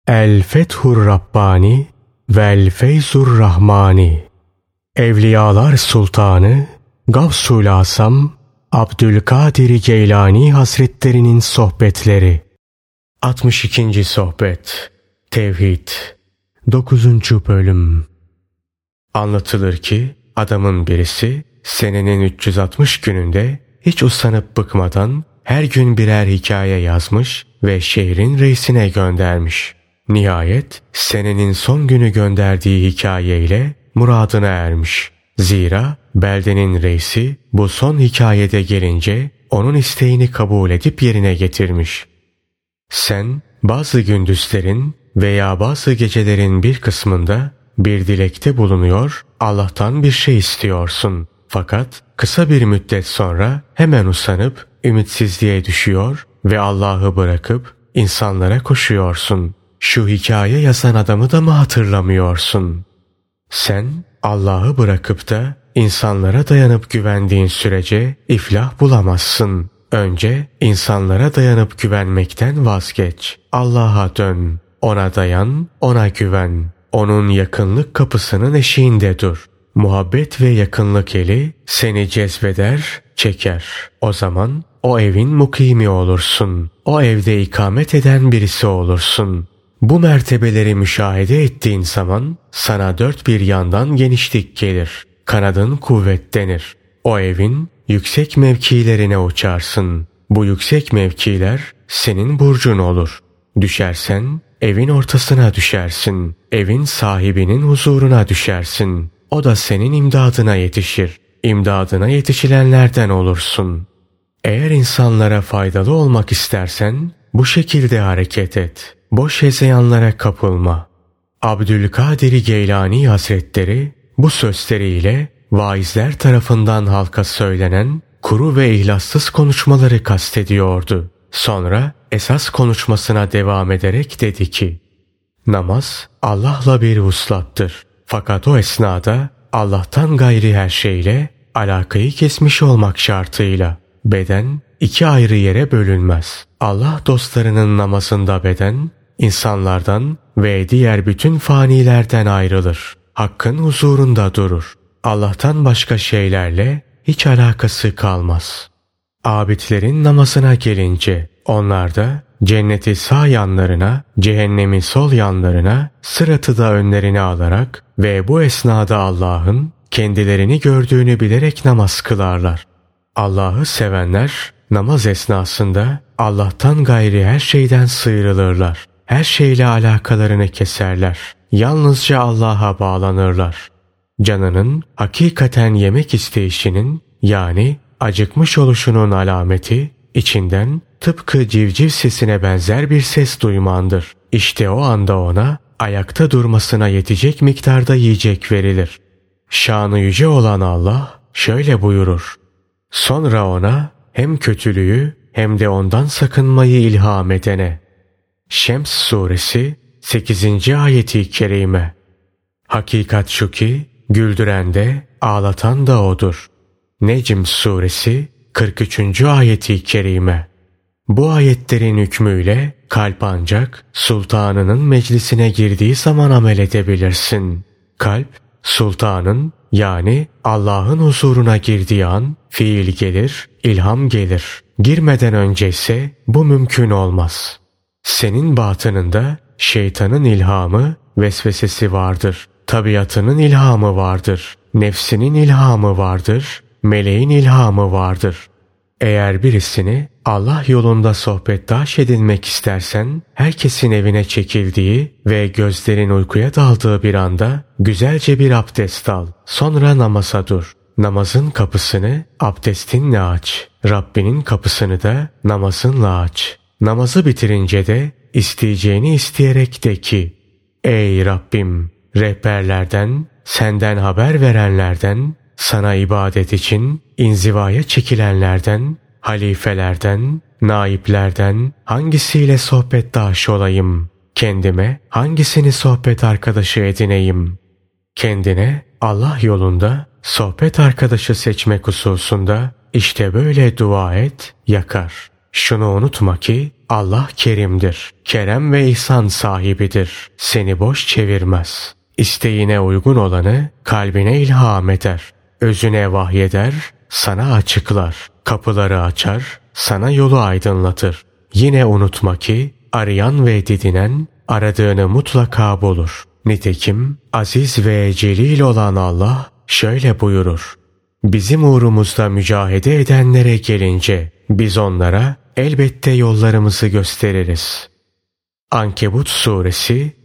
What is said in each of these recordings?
El Fethur Rabbani vel Feyzur Rahmani. Evliyalar Sultanı Gavsul Asam Abdülkadir Geylani Hazretlerinin sohbetleri. 62. sohbet. Tevhid. 9. bölüm. Anlatılır ki adamın birisi senenin 360 gününde hiç usanıp bıkmadan her gün birer hikaye yazmış ve şehrin reisine göndermiş. Nihayet senenin son günü gönderdiği hikayeyle muradına ermiş. Zira beldenin reisi bu son hikayede gelince onun isteğini kabul edip yerine getirmiş. Sen bazı gündüzlerin veya bazı gecelerin bir kısmında bir dilekte bulunuyor, Allah'tan bir şey istiyorsun. Fakat kısa bir müddet sonra hemen usanıp ümitsizliğe düşüyor ve Allah'ı bırakıp insanlara koşuyorsun. Şu hikaye yazan adamı da mı hatırlamıyorsun? Sen Allah'ı bırakıp da insanlara dayanıp güvendiğin sürece iflah bulamazsın. Önce insanlara dayanıp güvenmekten vazgeç. Allah'a dön. Ona dayan, ona güven. Onun yakınlık kapısının eşiğinde dur. Muhabbet ve yakınlık eli seni cezbeder, çeker. O zaman o evin mukimi olursun. O evde ikamet eden birisi olursun. Bu mertebeleri müşahede ettiğin zaman sana dört bir yandan genişlik gelir. Kanadın kuvvetlenir. O evin yüksek mevkilerine uçarsın. Bu yüksek mevkiler senin burcun olur. Düşersen evin ortasına düşersin. Evin sahibinin huzuruna düşersin. O da senin imdadına yetişir. İmdadına yetişilenlerden olursun. Eğer insanlara faydalı olmak istersen bu şekilde hareket et. Boş hezeyanlara kapılma. Abdülkadir Geylani Hazretleri bu sözleriyle vaizler tarafından halka söylenen kuru ve ihlassız konuşmaları kastediyordu. Sonra esas konuşmasına devam ederek dedi ki, namaz Allah'la bir vuslattır. Fakat o esnada Allah'tan gayri her şeyle alakayı kesmiş olmak şartıyla beden iki ayrı yere bölünmez. Allah dostlarının namazında beden insanlardan ve diğer bütün fanilerden ayrılır. Hakkın huzurunda durur. Allah'tan başka şeylerle hiç alakası kalmaz. Abidlerin namazına gelince onlar da cenneti sağ yanlarına, cehennemi sol yanlarına, sıratı da önlerine alarak ve bu esnada Allah'ın kendilerini gördüğünü bilerek namaz kılarlar. Allah'ı sevenler namaz esnasında Allah'tan gayri her şeyden sıyrılırlar. Her şeyle alakalarını keserler. Yalnızca Allah'a bağlanırlar. Canının hakikaten yemek isteyişinin yani acıkmış oluşunun alameti içinden tıpkı civciv sesine benzer bir ses duymandır. İşte o anda ona ayakta durmasına yetecek miktarda yiyecek verilir. Şanı yüce olan Allah şöyle buyurur. Sonra ona hem kötülüğü hem de ondan sakınmayı ilham edene. Şems suresi 8. ayeti kerime. Hakikat şu ki güldüren de ağlatan da odur. Necm suresi 43. ayeti kerime. Bu ayetlerin hükmüyle kalp ancak sultanının meclisine girdiği zaman amel edebilirsin. Kalp sultanın yani Allah'ın huzuruna girdiği an fiil gelir, ilham gelir. Girmeden önce ise bu mümkün olmaz. Senin batınında şeytanın ilhamı, vesvesesi vardır. Tabiatının ilhamı vardır. Nefsinin ilhamı vardır. Meleğin ilhamı vardır. Eğer birisini Allah yolunda sohbetdaş edinmek istersen, herkesin evine çekildiği ve gözlerin uykuya daldığı bir anda güzelce bir abdest al. Sonra namaza dur. Namazın kapısını abdestinle aç. Rabbinin kapısını da namazınla aç. Namazı bitirince de isteyeceğini isteyerek de ki, ey Rabbim, rehberlerden, senden haber verenlerden, sana ibadet için inzivaya çekilenlerden, halifelerden, naiplerden hangisiyle sohbetdaş olayım? Kendime hangisini sohbet arkadaşı edineyim? Kendine Allah yolunda sohbet arkadaşı seçmek hususunda işte böyle dua et, yakar. Şunu unutma ki Allah kerimdir, kerem ve ihsan sahibidir. Seni boş çevirmez. İsteğine uygun olanı kalbine ilham eder. Özüne vahyeder, sana açıklar. Kapıları açar, sana yolu aydınlatır. Yine unutma ki arayan ve didinen aradığını mutlaka bulur. Nitekim aziz ve celil olan Allah şöyle buyurur: bizim uğrumuzda mücahede edenlere gelince biz onlara elbette yollarımızı gösteririz. Ankebut suresi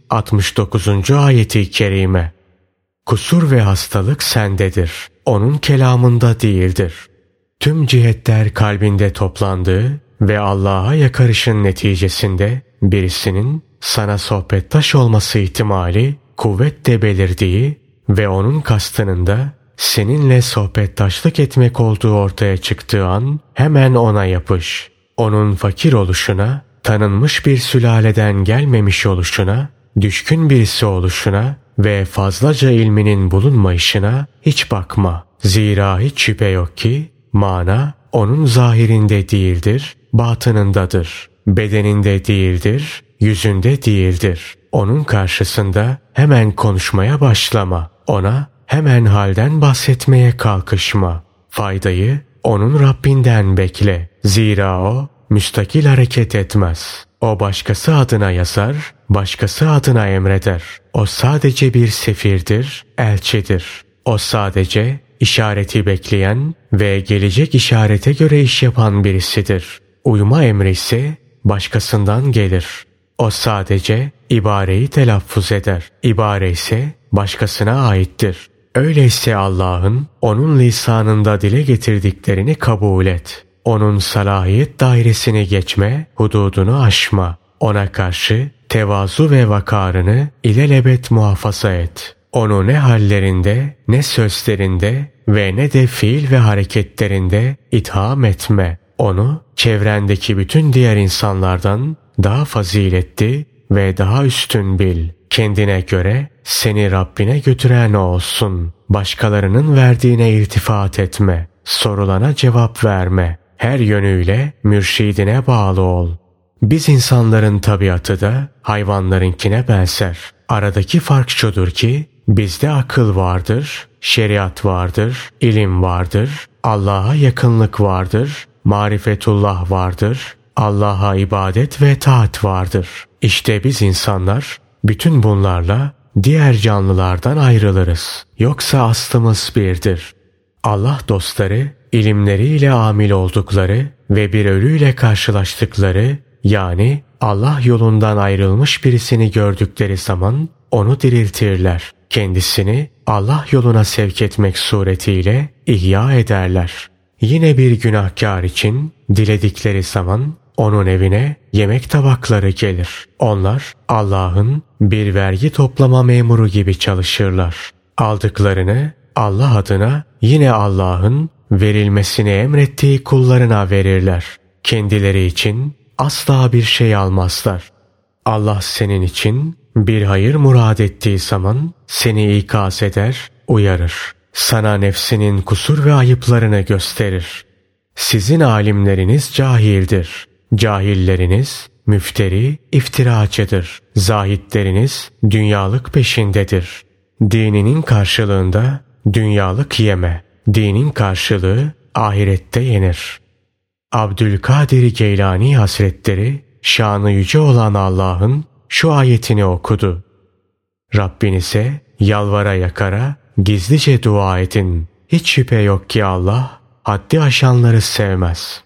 69. ayeti kerime. Kusur ve hastalık sendedir. Onun kelamında değildir. Tüm cihetler kalbinde toplandığı ve Allah'a yakarışın neticesinde birisinin sana sohbettaş olması ihtimali kuvvetle belirdiği ve onun kastının da seninle sohbettaşlık etmek olduğu ortaya çıktığı an hemen ona yapış. Onun fakir oluşuna, tanınmış bir sülaleden gelmemiş oluşuna, düşkün birisi oluşuna ve fazlaca ilminin bulunmayışına hiç bakma. Zira hiç şüphe yok ki mana onun zahirinde değildir, batınındadır. Bedeninde değildir, yüzünde değildir. Onun karşısında hemen konuşmaya başlama. Ona hemen halden bahsetmeye kalkışma. Faydayı onun Rabbinden bekle. Zira o müstakil hareket etmez. O başkası adına yazar, başkası adına emreder. O sadece bir sefirdir, elçidir. O sadece işareti bekleyen ve gelecek işarete göre iş yapan birisidir. Uyma emri ise başkasından gelir. O sadece ibareyi telaffuz eder. İbare ise başkasına aittir. Öyleyse Allah'ın onun lisanında dile getirdiklerini kabul et. Onun salahiyet dairesini geçme, hududunu aşma. Ona karşı tevazu ve vakarını ilelebet muhafaza et. Onu ne hallerinde, ne sözlerinde ve ne de fiil ve hareketlerinde itham etme. Onu çevrendeki bütün diğer insanlardan daha faziletli ve daha üstün bil. Kendine göre seni Rabbine götüren o olsun. Başkalarının verdiğine iltifat etme. Sorulana cevap verme. Her yönüyle mürşidine bağlı ol. Biz insanların tabiatı da hayvanlarınkine benzer. Aradaki fark şudur ki bizde akıl vardır, şeriat vardır, ilim vardır, Allah'a yakınlık vardır, marifetullah vardır, Allah'a ibadet ve taat vardır. İşte biz insanlar bütün bunlarla diğer canlılardan ayrılırız. Yoksa aslımız birdir. Allah dostları ilimleriyle amil oldukları ve bir ölüyle karşılaştıkları, yani Allah yolundan ayrılmış birisini gördükleri zaman onu diriltirler. Kendisini Allah yoluna sevk etmek suretiyle ihya ederler. Yine bir günahkar için diledikleri zaman onun evine yemek tabakları gelir. Onlar Allah'ın bir vergi toplama memuru gibi çalışırlar. Aldıklarını Allah adına yine Allah'ın verilmesini emrettiği kullarına verirler. Kendileri için asla bir şey almazlar. Allah senin için bir hayır murad ettiği zaman seni ikaz eder, uyarır. Sana nefsinin kusur ve ayıplarını gösterir. Sizin alimleriniz cahildir. Cahilleriniz müfteri, iftiracıdır. Zahitleriniz dünyalık peşindedir. Dininin karşılığında dünyalık yeme. Dinin karşılığı ahirette yenir. Abdülkadir Geylani Hazretleri şanı yüce olan Allah'ın şu ayetini okudu. Rabbinize yalvara yakara gizlice dua edin. Hiç şüphe yok ki Allah haddi aşanları sevmez.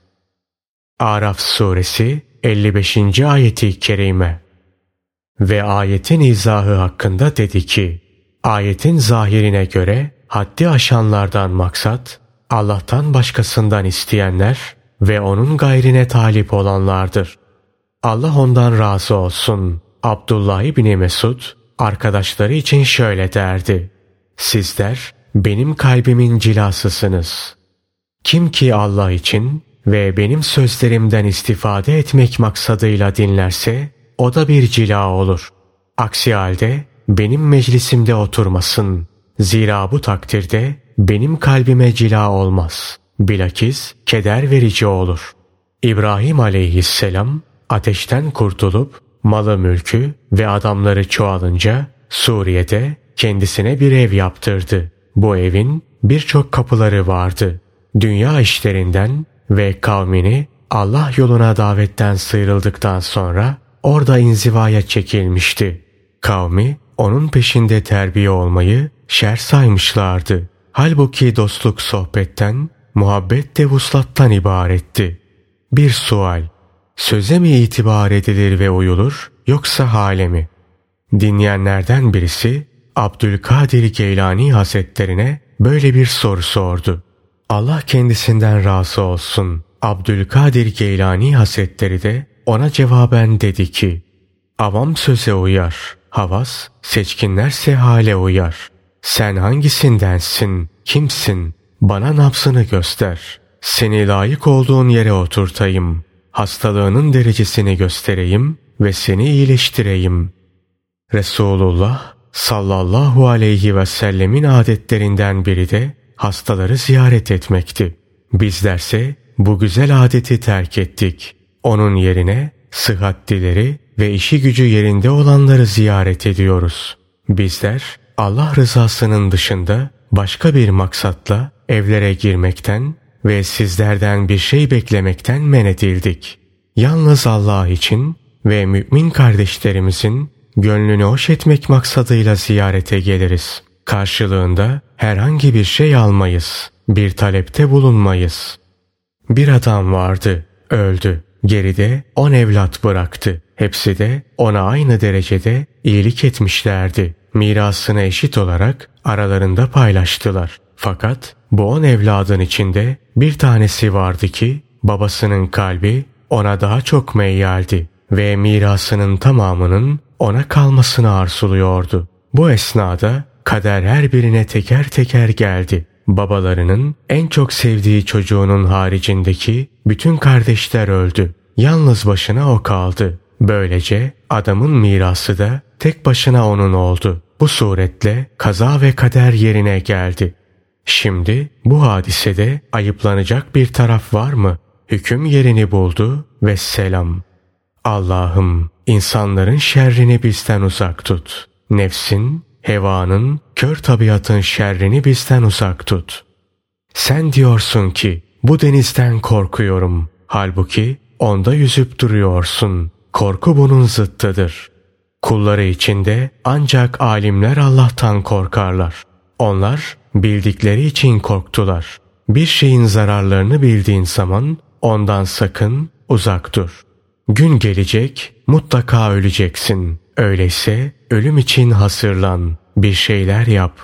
Araf suresi 55. ayeti kerime. Ve ayetin izahı hakkında dedi ki, ayetin zahirine göre haddi aşanlardan maksat Allah'tan başkasından isteyenler ve onun gayrine talip olanlardır. Allah ondan razı olsun. Abdullah İbni Mesud arkadaşları için şöyle derdi: sizler benim kalbimin cilasısınız. Kim ki Allah için ve benim sözlerimden istifade etmek maksadıyla dinlerse o da bir cila olur. Aksi halde benim meclisimde oturmasın. Zira bu takdirde benim kalbime cila olmaz. Bilakis keder verici olur. İbrahim aleyhisselam ateşten kurtulup malı mülkü ve adamları çoğalınca Suriye'de kendisine bir ev yaptırdı. Bu evin birçok kapıları vardı. Dünya işlerinden ve kavmini Allah yoluna davetten sıyrıldıktan sonra orada inzivaya çekilmişti. Kavmi onun peşinde terbiye olmayı şer saymışlardı. Halbuki dostluk sohbetten, muhabbet de vuslattan ibaretti. Bir sual: söze mi itibar edilir ve uyulur, yoksa hale mi? Dinleyenlerden birisi Abdülkadir Geylani Hazretlerine böyle bir soru sordu. Allah kendisinden razı olsun. Abdülkadir Geylani Hazretleri de ona cevaben dedi ki: avam söze uyar, havas, seçkinlerse hale uyar. Sen hangisindensin, kimsin? Bana nabzını göster. Seni layık olduğun yere oturtayım. Hastalığının derecesini göstereyim ve seni iyileştireyim. Resulullah sallallahu aleyhi ve sellemin adetlerinden biri de hastaları ziyaret etmekti. Bizlerse bu güzel adeti terk ettik. Onun yerine sıhhatlileri ve işi gücü yerinde olanları ziyaret ediyoruz. Bizler Allah rızasının dışında başka bir maksatla evlere girmekten ve sizlerden bir şey beklemekten men edildik. Yalnız Allah için ve mümin kardeşlerimizin gönlünü hoş etmek maksadıyla ziyarete geliriz. Karşılığında herhangi bir şey almayız. Bir talepte bulunmayız. Bir adam vardı, öldü. Geride 10 evlat bıraktı. Hepsi de ona aynı derecede iyilik etmişlerdi. Mirasını eşit olarak aralarında paylaştılar. Fakat bu 10 evladın içinde bir tanesi vardı ki babasının kalbi ona daha çok meyyaldi ve mirasının tamamının ona kalmasını arzuluyordu. Bu esnada kader her birine teker teker geldi. Babalarının en çok sevdiği çocuğunun haricindeki bütün kardeşler öldü. Yalnız başına o kaldı. Böylece adamın mirası da tek başına onun oldu. Bu suretle kaza ve kader yerine geldi. Şimdi bu hadisede ayıplanacak bir taraf var mı? Hüküm yerini buldu ve selam. Allah'ım, insanların şerrini bizden uzak tut. Nefsin, hevanın, kör tabiatın şerrini bizden uzak tut. Sen diyorsun ki bu denizden korkuyorum. Halbuki onda yüzüp duruyorsun. Korku bunun zıttıdır. Kulları içinde ancak alimler Allah'tan korkarlar. Onlar bildikleri için korktular. Bir şeyin zararlarını bildiğin zaman ondan sakın, uzak dur. Gün gelecek, mutlaka öleceksin. Öyleyse ölüm için hazırlan, bir şeyler yap.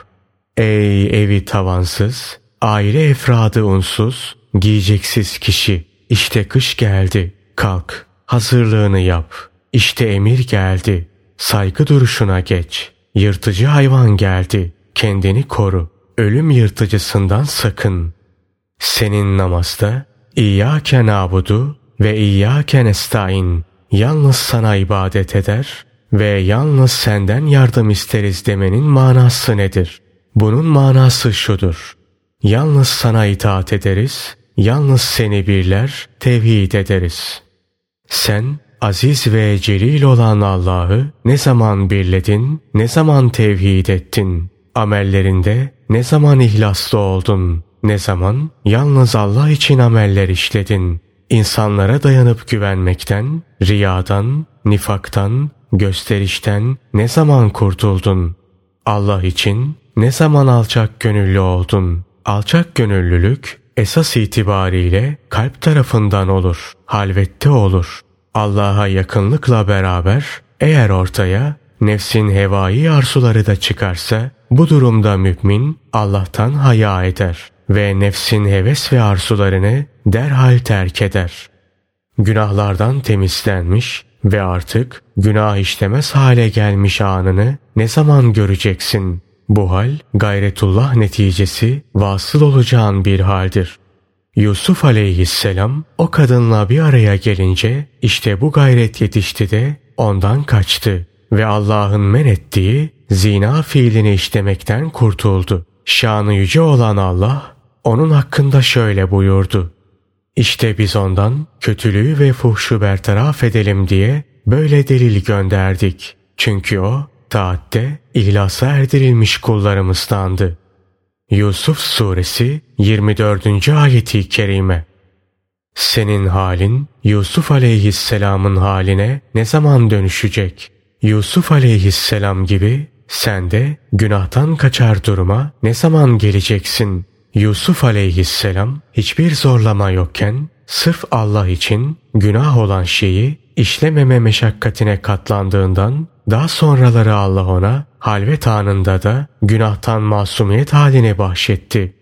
Ey evi tavansız, aile efradı unsuz, giyeceksiz kişi. İşte kış geldi, kalk, hazırlığını yap. İşte emir geldi, saygı duruşuna geç. Yırtıcı hayvan geldi, kendini koru. Ölüm yırtıcısından sakın. Senin namazda İyyâke nâbudu ve İyyâke nestaîn, yalnız sana ibadet eder ve yalnız senden yardım isteriz demenin manası nedir? Bunun manası şudur: yalnız sana itaat ederiz, yalnız seni birler, tevhid ederiz. Sen aziz ve celil olan Allah'ı ne zaman birledin, ne zaman tevhid ettin? Amellerinde ne zaman ihlaslı oldun? Ne zaman yalnız Allah için ameller işledin? İnsanlara dayanıp güvenmekten, riyadan, nifaktan, gösterişten ne zaman kurtuldun? Allah için ne zaman alçak gönüllü oldun? Alçak gönüllülük esas itibariyle kalp tarafından olur, halvette olur. Allah'a yakınlıkla beraber eğer ortaya nefsin hevai arzuları da çıkarsa, bu durumda mümin Allah'tan haya eder ve nefsin heves ve arzularını derhal terk eder. Günahlardan temizlenmiş ve artık günah işlemez hale gelmiş anını ne zaman göreceksin? Bu hal gayretullah neticesi vasıl olacağın bir haldir. Yusuf aleyhisselam o kadınla bir araya gelince işte bu gayret yetişti de ondan kaçtı ve Allah'ın men ettiği zina fiilini işlemekten kurtuldu. Şanı yüce olan Allah onun hakkında şöyle buyurdu: İşte biz ondan kötülüğü ve fuhşu bertaraf edelim diye böyle delil gönderdik. Çünkü o taatte ihlasa erdirilmiş kullarımızdandı. Yusuf Suresi 24. ayeti kerime. Senin halin Yusuf aleyhisselamın haline ne zaman dönüşecek? Yusuf aleyhisselam gibi sen de günahtan kaçar duruma ne zaman geleceksin? Yusuf aleyhisselam hiçbir zorlama yokken sırf Allah için günah olan şeyi işlememe meşakkatine katlandığından daha sonraları Allah ona halvet anında da günahtan masumiyet halini bahşetti.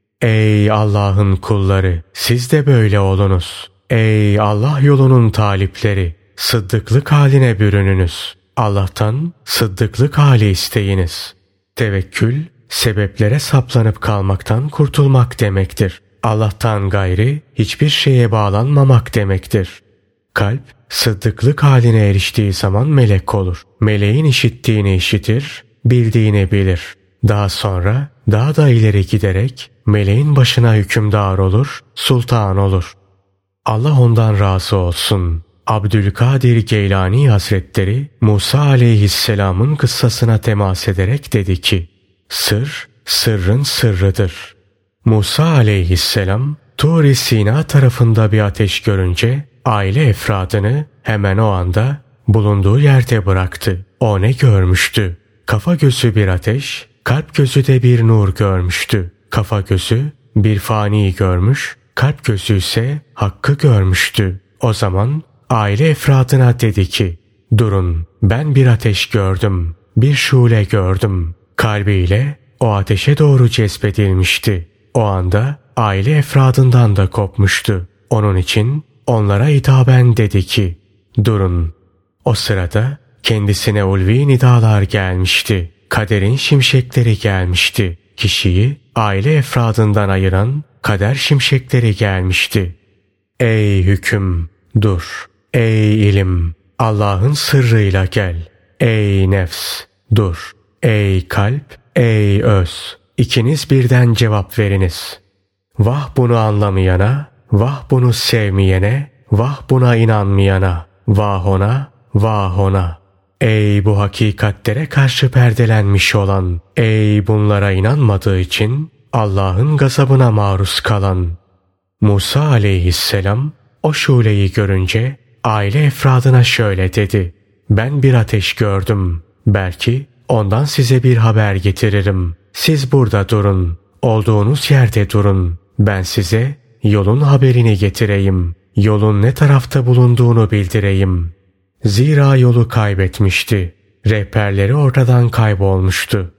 Ey Allah'ın kulları, siz de böyle olunuz. Ey Allah yolunun talipleri, sıddıklık haline bürününüz. Allah'tan sıddıklık hali isteyiniz. Tevekkül, sebeplere saplanıp kalmaktan kurtulmak demektir. Allah'tan gayri hiçbir şeye bağlanmamak demektir. Kalp, sıddıklık haline eriştiği zaman melek olur. Meleğin işittiğini işitir, bildiğini bilir. Daha sonra daha da ileri giderek meleğin başına hükümdar olur, sultan olur. Allah ondan razı olsun. Abdülkadir Geylani Hazretleri Musa aleyhisselamın kıssasına temas ederek dedi ki, sır, sırrın sırrıdır. Musa aleyhisselam Tur-i Sina tarafında bir ateş görünce aile efradını hemen o anda bulunduğu yerde bıraktı. O ne görmüştü? Kafa gözü bir ateş, kalp gözü de bir nur görmüştü. Kafa gözü bir fani görmüş, kalp gözü ise hakkı görmüştü. O zaman aile efradına dedi ki, durun, ben bir ateş gördüm, bir şule gördüm. Kalbiyle o ateşe doğru cezbedilmişti. O anda aile efradından da kopmuştu. Onun için onlara hitaben dedi ki, durun. O sırada kendisine ulvi nidalar gelmişti. Kaderin şimşekleri gelmişti. Kişiyi aile efradından ayıran kader şimşekleri gelmişti. Ey hüküm, dur. Ey ilim, Allah'ın sırrıyla gel. Ey nefs, dur. Ey kalp, ey öz. İkiniz birden cevap veriniz. Vah bunu anlamayana, vah bunu sevmeyene, vah buna inanmayana, vah ona, vah ona. Ey bu hakikatlere karşı perdelenmiş olan, ey bunlara inanmadığı için Allah'ın gazabına maruz kalan. Musa aleyhisselam o şuleyi görünce aile efradına şöyle dedi. Ben bir ateş gördüm. Belki ondan size bir haber getiririm. Siz burada durun. Olduğunuz yerde durun. Ben size yolun haberini getireyim. Yolun ne tarafta bulunduğunu bildireyim. Zira yolu kaybetmişti. Rehberleri ortadan kaybolmuştu.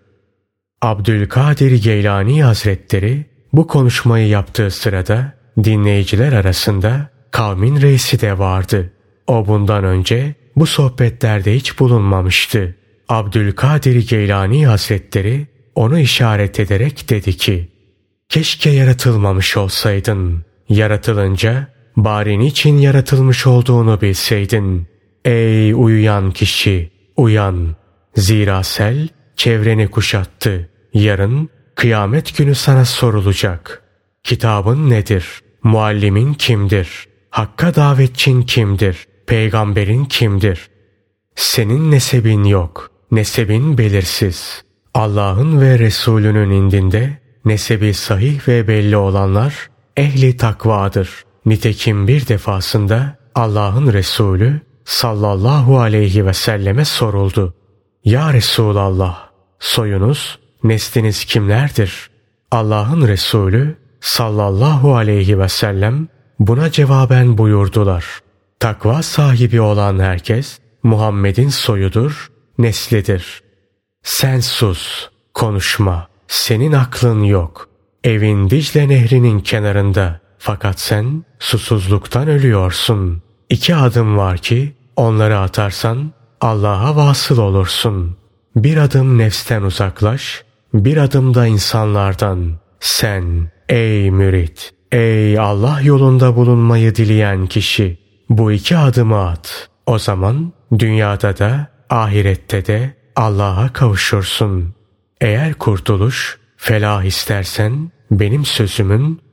Abdülkadir Geylani Hazretleri bu konuşmayı yaptığı sırada dinleyiciler arasında kavmin reisi de vardı. O bundan önce bu sohbetlerde hiç bulunmamıştı. Abdülkadir Geylani Hazretleri onu işaret ederek dedi ki, keşke yaratılmamış olsaydın. Yaratılınca bari niçin yaratılmış olduğunu bilseydin. Ey uyuyan kişi, uyan. Zira sel çevreni kuşattı. Yarın kıyamet günü sana sorulacak. Kitabın nedir? Muallimin kimdir? Hakka davetçin kimdir? Peygamberin kimdir? Senin nesebin yok. Nesebin belirsiz. Allah'ın ve Resulünün indinde nesebi sahih ve belli olanlar ehli takvadır. Nitekim bir defasında Allah'ın Resulü sallallahu aleyhi ve selleme soruldu. Ya Resulallah, soyunuz, nesliniz kimlerdir? Allah'ın Resulü sallallahu aleyhi ve sellem buna cevaben buyurdular. Takva sahibi olan herkes Muhammed'in soyudur, neslidir. Sen sus, konuşma. Senin aklın yok. Evin Dicle Nehri'nin kenarında. Fakat sen susuzluktan ölüyorsun. 2 adım var ki onları atarsan Allah'a vasıl olursun. 1 adım nefsten uzaklaş, 1 adım da insanlardan. Sen ey mürit, ey Allah yolunda bulunmayı dileyen kişi, bu 2 adımı at. O zaman dünyada da ahirette de Allah'a kavuşursun. Eğer kurtuluş, felah istersen benim sözümün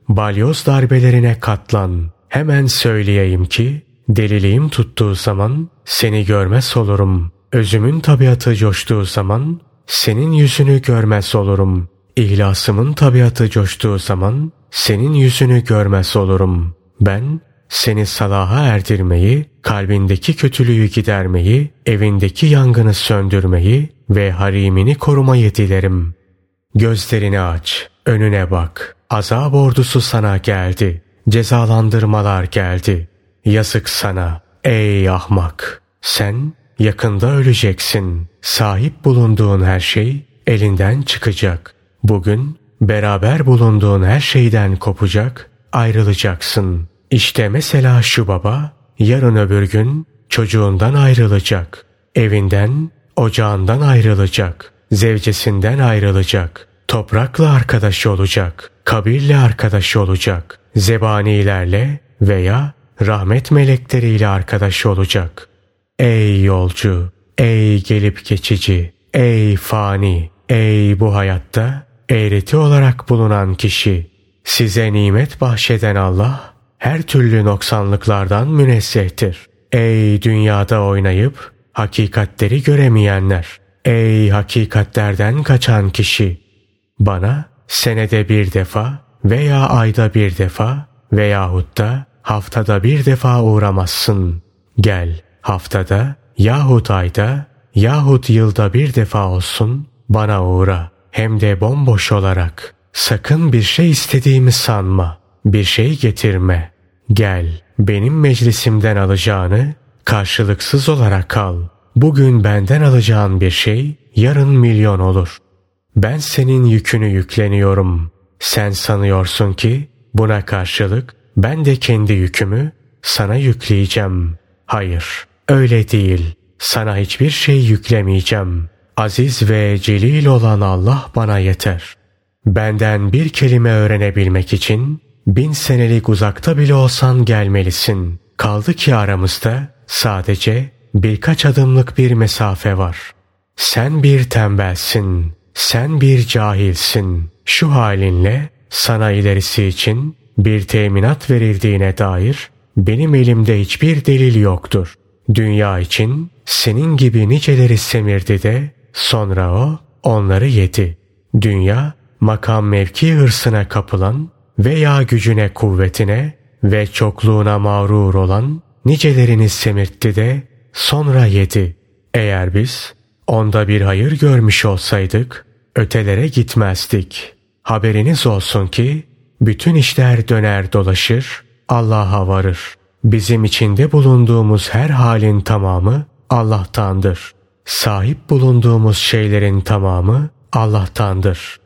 balyoz darbelerine katlan. Hemen söyleyeyim ki, deliliğim tuttuğu zaman seni görmez olurum. Özümün tabiatı coştuğu zaman senin yüzünü görmez olurum. İhlasımın tabiatı coştuğu zaman senin yüzünü görmez olurum. Ben seni salaha erdirmeyi, kalbindeki kötülüğü gidermeyi, evindeki yangını söndürmeyi ve harimini korumayı dilerim. Gözlerini aç, önüne bak. Azap ordusu sana geldi. Cezalandırmalar geldi. Yazık sana ey ahmak. Sen yakında öleceksin. Sahip bulunduğun her şey elinden çıkacak. Bugün beraber bulunduğun her şeyden kopacak, ayrılacaksın. İşte mesela şu baba yarın öbür gün çocuğundan ayrılacak. Evinden, ocağından ayrılacak. Zevcesinden ayrılacak. Toprakla arkadaş olacak. Kabirle arkadaş olacak. Zebanilerle veya rahmet melekleriyle arkadaş olacak. Ey yolcu, ey gelip geçici, ey fani, ey bu hayatta eğreti olarak bulunan kişi. Size nimet bahşeden Allah her türlü noksanlıklardan münezzehtir. Ey dünyada oynayıp hakikatleri göremeyenler, ey hakikatlerden kaçan kişi. Bana senede bir defa veya ayda bir defa veyahut da haftada bir defa uğramazsın. Gel haftada yahut ayda yahut yılda bir defa olsun bana uğra. Hem de bomboş olarak. Sakın bir şey istediğimi sanma. Bir şey getirme. Gel benim meclisimden alacağını karşılıksız olarak al. Bugün benden alacağın bir şey yarın milyon olur. Ben senin yükünü yükleniyorum. Sen sanıyorsun ki buna karşılık ben de kendi yükümü sana yükleyeceğim. Hayır, öyle değil. Sana hiçbir şey yüklemeyeceğim. Aziz ve celil olan Allah bana yeter. Benden bir kelime öğrenebilmek için 1000 senelik uzakta bile olsan gelmelisin. Kaldı ki aramızda sadece birkaç adımlık bir mesafe var. Sen bir tembelsin. Sen bir cahilsin. Şu halinle sana ilerisi için bir teminat verildiğine dair benim elimde hiçbir delil yoktur. Dünya için senin gibi niceleri semirdi de sonra o onları yedi. Dünya makam mevki hırsına kapılan veya gücüne kuvvetine ve çokluğuna mağrur olan nicelerini semirtti de sonra yedi. Eğer biz onda bir hayır görmüş olsaydık ötelere gitmezdik. Haberiniz olsun ki bütün işler döner dolaşır, Allah'a varır. Bizim içinde bulunduğumuz her halin tamamı Allah'tandır. Sahip bulunduğumuz şeylerin tamamı Allah'tandır.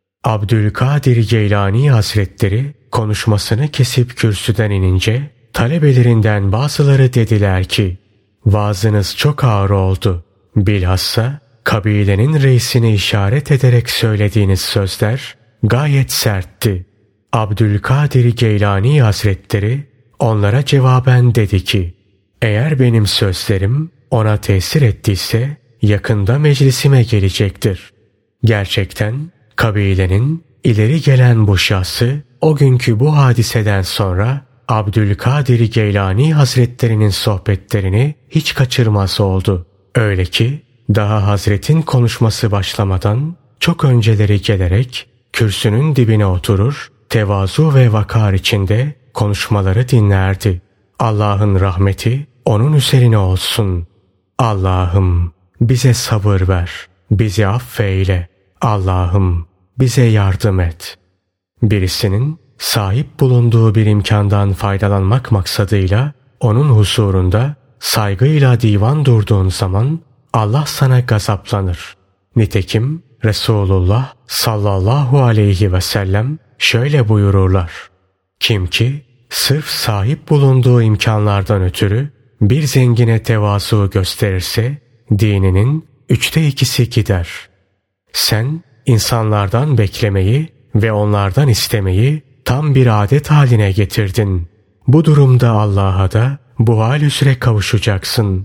Abdülkadir Geylani Hazretleri konuşmasını kesip kürsüden inince talebelerinden bazıları dediler ki vaazınız çok ağır oldu. Bilhassa kabilenin reisini işaret ederek söylediğiniz sözler gayet sertti. Abdülkadir Geylani Hazretleri onlara cevaben dedi ki eğer benim sözlerim ona tesir ettiyse yakında meclisime gelecektir. Gerçekten kabilenin ileri gelen bu şahsı o günkü bu hadiseden sonra Abdülkadir Geylani Hazretlerinin sohbetlerini hiç kaçırmaz oldu. Öyle ki daha Hazretin konuşması başlamadan çok önceleri gelerek kürsünün dibine oturur, tevazu ve vakar içinde konuşmaları dinlerdi. Allah'ın rahmeti onun üzerine olsun. Allah'ım bize sabır ver, bizi affeyle. Allah'ım bize yardım et. Birisinin sahip bulunduğu bir imkandan faydalanmak maksadıyla onun huzurunda saygıyla divan durduğun zaman Allah sana gazaplanır. Nitekim Resulullah sallallahu aleyhi ve sellem şöyle buyururlar. Kim ki sırf sahip bulunduğu imkanlardan ötürü bir zengine tevazu gösterirse dininin 2/3 gider. Sen insanlardan beklemeyi ve onlardan istemeyi tam bir adet haline getirdin. Bu durumda Allah'a da bu hal üzere kavuşacaksın.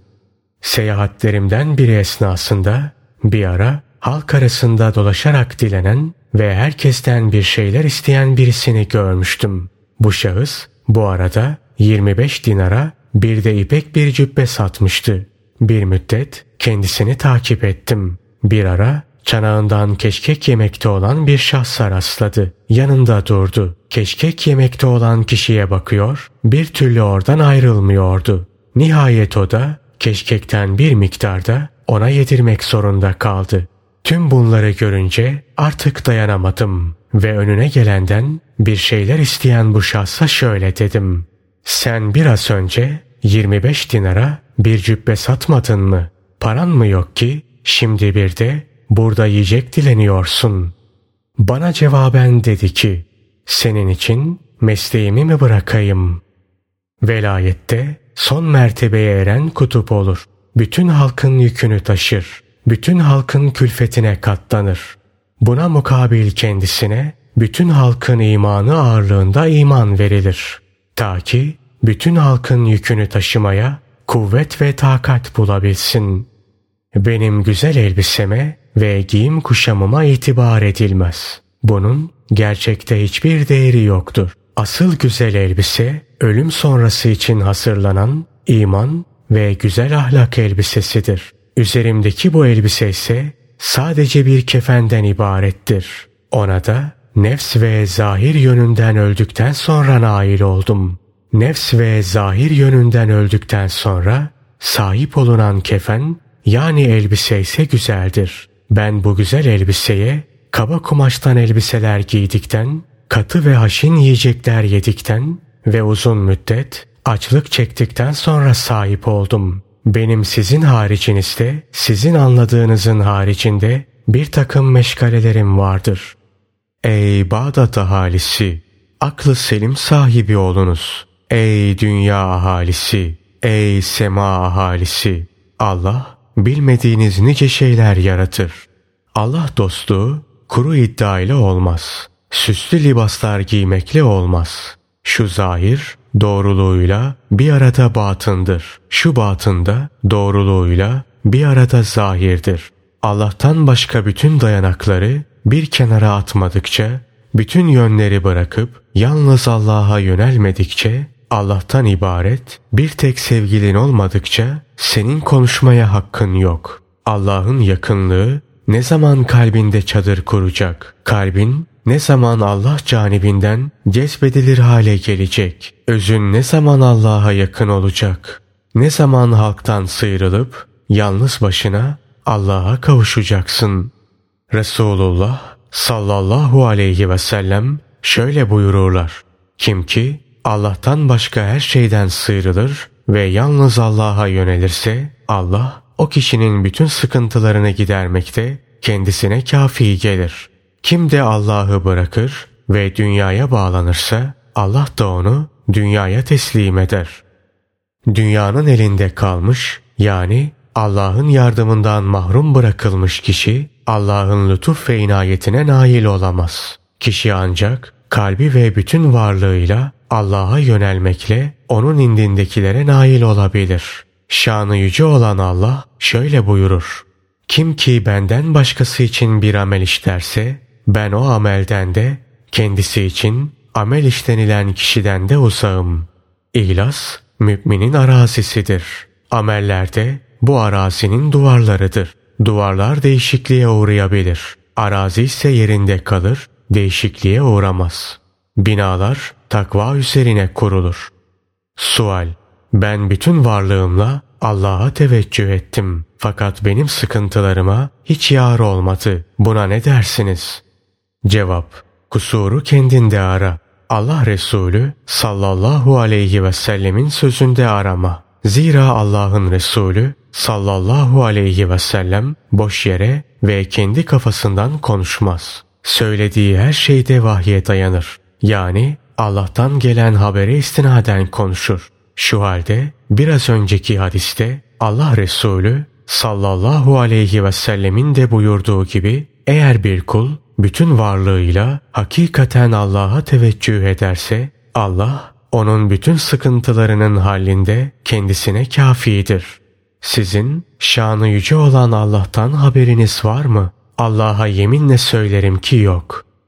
Seyahatlerimden biri esnasında bir ara halk arasında dolaşarak dilenen ve herkesten bir şeyler isteyen birisini görmüştüm. Bu şahıs bu arada 25 dinara bir de ipek bir cübbe satmıştı. Bir müddet kendisini takip ettim. Bir ara çanağından keşkek yemekte olan bir şahsa rastladı. Yanında durdu. Keşkek yemekte olan kişiye bakıyor, bir türlü oradan ayrılmıyordu. Nihayet o da keşkekten bir miktarda ona yedirmek zorunda kaldı. Tüm bunları görünce artık dayanamadım ve önüne gelenden bir şeyler isteyen bu şahsa şöyle dedim. Sen biraz önce 25 dinara bir cübbe satmadın mı? Paran mı yok ki şimdi bir de burada yiyecek dileniyorsun? Bana cevaben dedi ki, senin için mesleğimi mi bırakayım? Velayette son mertebeye eren kutup olur. Bütün halkın yükünü taşır. Bütün halkın külfetine katlanır. Buna mukabil kendisine bütün halkın imanı ağırlığında iman verilir. Ta ki bütün halkın yükünü taşımaya kuvvet ve takat bulabilsin. Benim güzel elbiseme ve giyim kuşamıma itibar edilmez. Bunun gerçekte hiçbir değeri yoktur. Asıl güzel elbise ölüm sonrası için hazırlanan iman ve güzel ahlak elbisesidir. Üzerimdeki bu elbise ise sadece bir kefenden ibarettir. Ona da nefs ve zahir yönünden öldükten sonra nail oldum. Nefs ve zahir yönünden öldükten sonra sahip olunan kefen yani elbise ise güzeldir. Ben bu güzel elbiseye kaba kumaştan elbiseler giydikten, katı ve haşin yiyecekler yedikten ve uzun müddet açlık çektikten sonra sahip oldum. Benim sizin haricinizde, sizin anladığınızın haricinde bir takım meşgalelerim vardır. Ey Bağdat ahalisi, aklı selim sahibi olunuz. Ey dünya ahalisi, ey sema ahalisi, Allah bilmediğiniz nice şeyler yaratır. Allah dostluğu kuru iddia ile olmaz. Süslü libaslar giymekle olmaz. Şu zahir doğruluğuyla bir arada batındır. Şu batında doğruluğuyla bir arada zahirdir. Allah'tan başka bütün dayanakları bir kenara atmadıkça, bütün yönleri bırakıp yalnız Allah'a yönelmedikçe, Allah'tan ibaret bir tek sevgilin olmadıkça senin konuşmaya hakkın yok. Allah'ın yakınlığı ne zaman kalbinde çadır kuracak? Kalbin ne zaman Allah canibinden cezbedilir hale gelecek? Özün ne zaman Allah'a yakın olacak? Ne zaman halktan sıyrılıp yalnız başına Allah'a kavuşacaksın? Resulullah sallallahu aleyhi ve sellem şöyle buyururlar. Kim ki Allah'tan başka her şeyden sıyrılır ve yalnız Allah'a yönelirse Allah o kişinin bütün sıkıntılarını gidermekte kendisine kafi gelir. Kim de Allah'ı bırakır ve dünyaya bağlanırsa Allah da onu dünyaya teslim eder. Dünyanın elinde kalmış yani Allah'ın yardımından mahrum bırakılmış kişi Allah'ın lütuf ve inayetine nail olamaz. Kişi ancak kalbi ve bütün varlığıyla Allah'a yönelmekle onun indindekilere nail olabilir. Şanı yüce olan Allah şöyle buyurur. Kim ki benden başkası için bir amel işlerse ben o amelden de kendisi için amel işlenilen kişiden de uzağım. İhlas müminin arazisidir. Ameller de bu arazinin duvarlarıdır. Duvarlar değişikliğe uğrayabilir. Arazi ise yerinde kalır, değişikliğe uğramaz. Binalar takva üzerine kurulur. Sual: ben bütün varlığımla Allah'a teveccüh ettim. Fakat benim sıkıntılarıma hiç yar olmadı. Buna ne dersiniz? Cevap: kusuru kendinde ara. Allah Resulü sallallahu aleyhi ve sellemin sözünde arama. Zira Allah'ın Resulü sallallahu aleyhi ve sellem boş yere ve kendi kafasından konuşmaz. Söylediği her şeyde vahye dayanır. Yani Allah'tan gelen habere istinaden konuşur. Şu halde biraz önceki hadiste Allah Resulü sallallahu aleyhi ve sellemin de buyurduğu gibi eğer bir kul bütün varlığıyla hakikaten Allah'a teveccüh ederse Allah onun bütün sıkıntılarının hallinde kendisine kafidir. Sizin şanı yüce olan Allah'tan haberiniz var mı? Allah'a yeminle söylerim ki yok.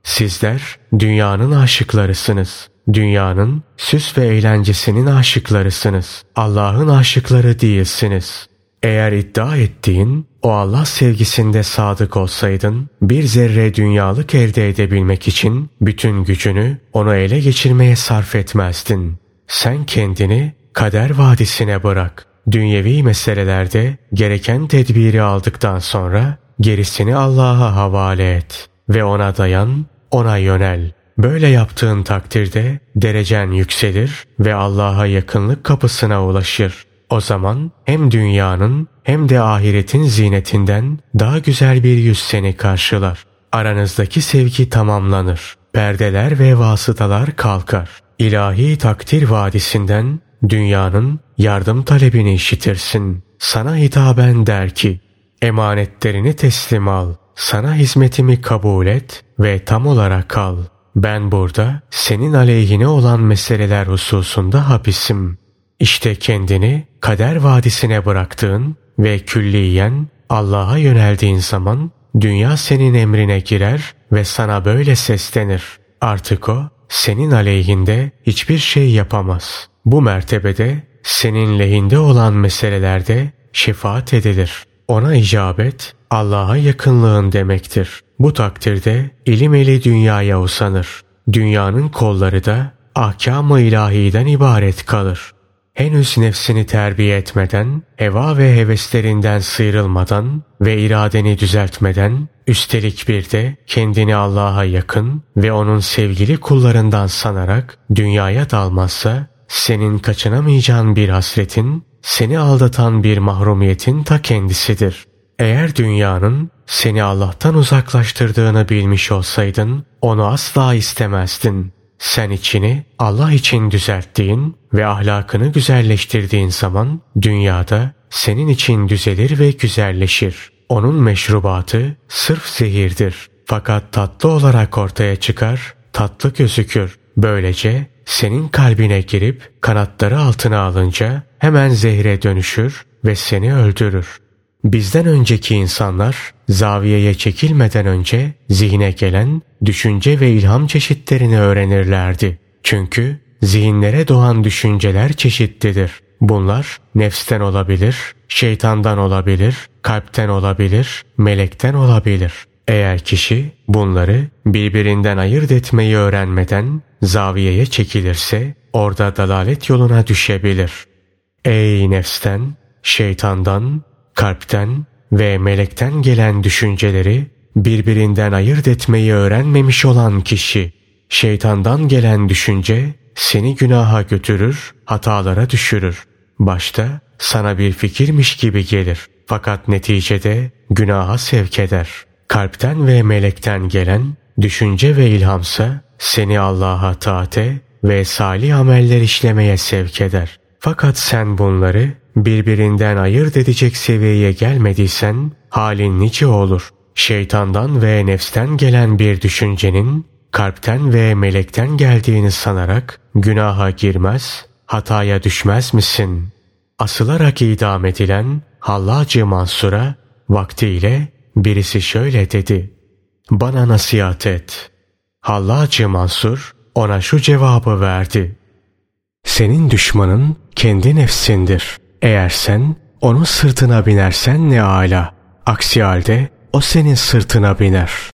Sizler dünyanın aşıklarısınız. Dünyanın süs ve eğlencesinin aşıklarısınız. Allah'ın aşıkları değilsiniz. Eğer iddia ettiğin o Allah sevgisinde sadık olsaydın, bir zerre dünyalık elde edebilmek için bütün gücünü onu ele geçirmeye sarf etmezdin. Sen kendini kader vadisine bırak. Dünyevi meselelerde gereken tedbiri aldıktan sonra gerisini Allah'a havale et ve ona dayan, ona yönel. Böyle yaptığın takdirde derecen yükselir ve Allah'a yakınlık kapısına ulaşır. O zaman hem dünyanın hem de ahiretin zinetinden daha güzel bir yüz seni karşılar. Aranızdaki sevgi tamamlanır. Perdeler ve vasıtalar kalkar. İlahi takdir vadisinden dünyanın yardım talebini işitirsin. Sana hitaben der ki, emanetlerini teslim al. Sana hizmetimi kabul et ve tam olarak al. Ben burada senin aleyhine olan meseleler hususunda hapisim. İşte kendini kader vadisine bıraktığın ve külliyen Allah'a yöneldiğin zaman dünya senin emrine girer ve sana böyle seslenir. Artık o senin aleyhinde hiçbir şey yapamaz. Bu mertebede senin lehinde olan meselelerde şefaat edilir. Ona icabet Allah'a yakınlığın demektir. Bu takdirde ilim eli dünyaya uzanır. Dünyanın kolları da ahkam-ı ilahiden ibaret kalır. Henüz nefsini terbiye etmeden, heva ve heveslerinden sıyrılmadan ve iradeni düzeltmeden, üstelik bir de kendini Allah'a yakın ve onun sevgili kullarından sanarak dünyaya dalmazsa, senin kaçınamayacağın bir hasretin, seni aldatan bir mahrumiyetin ta kendisidir. Eğer dünyanın seni Allah'tan uzaklaştırdığını bilmiş olsaydın, onu asla istemezdin. Sen içini Allah için düzelttiğin ve ahlakını güzelleştirdiğin zaman dünyada senin için düzelir ve güzelleşir. Onun meşrubatı sırf zehirdir. Fakat tatlı olarak ortaya çıkar, tatlı gözükür. Böylece senin kalbine girip kanatları altına alınca hemen zehre dönüşür ve seni öldürür. Bizden önceki insanlar zaviyeye çekilmeden önce zihne gelen düşünce ve ilham çeşitlerini öğrenirlerdi. Çünkü zihinlere doğan düşünceler çeşitlidir. Bunlar nefsten olabilir, şeytandan olabilir, kalpten olabilir, melekten olabilir. Eğer kişi bunları birbirinden ayırt etmeyi öğrenmeden zaviyeye çekilirse orada dalalet yoluna düşebilir. Ey nefsten, şeytandan, kalpten ve melekten gelen düşünceleri birbirinden ayırt etmeyi öğrenmemiş olan kişi, şeytandan gelen düşünce seni günaha götürür, hatalara düşürür. Başta sana bir fikirmiş gibi gelir, fakat neticede günaha sevk eder. Kalpten ve melekten gelen düşünce ve ilhamsa seni Allah'a taate ve salih ameller işlemeye sevk eder. Fakat sen bunları birbirinden ayırt edecek seviyeye gelmediysen halin nice olur. Şeytandan ve nefsten gelen bir düşüncenin kalpten ve melekten geldiğini sanarak günaha girmez, hataya düşmez misin? Asılarak idam edilen Hallacı Mansur'a vaktiyle birisi şöyle dedi: "Bana nasihat et." Hallacı Mansur ona şu cevabı verdi: "Senin düşmanın kendi nefsindir. Eğer sen onun sırtına binersen ne âlâ. Aksi halde o senin sırtına biner."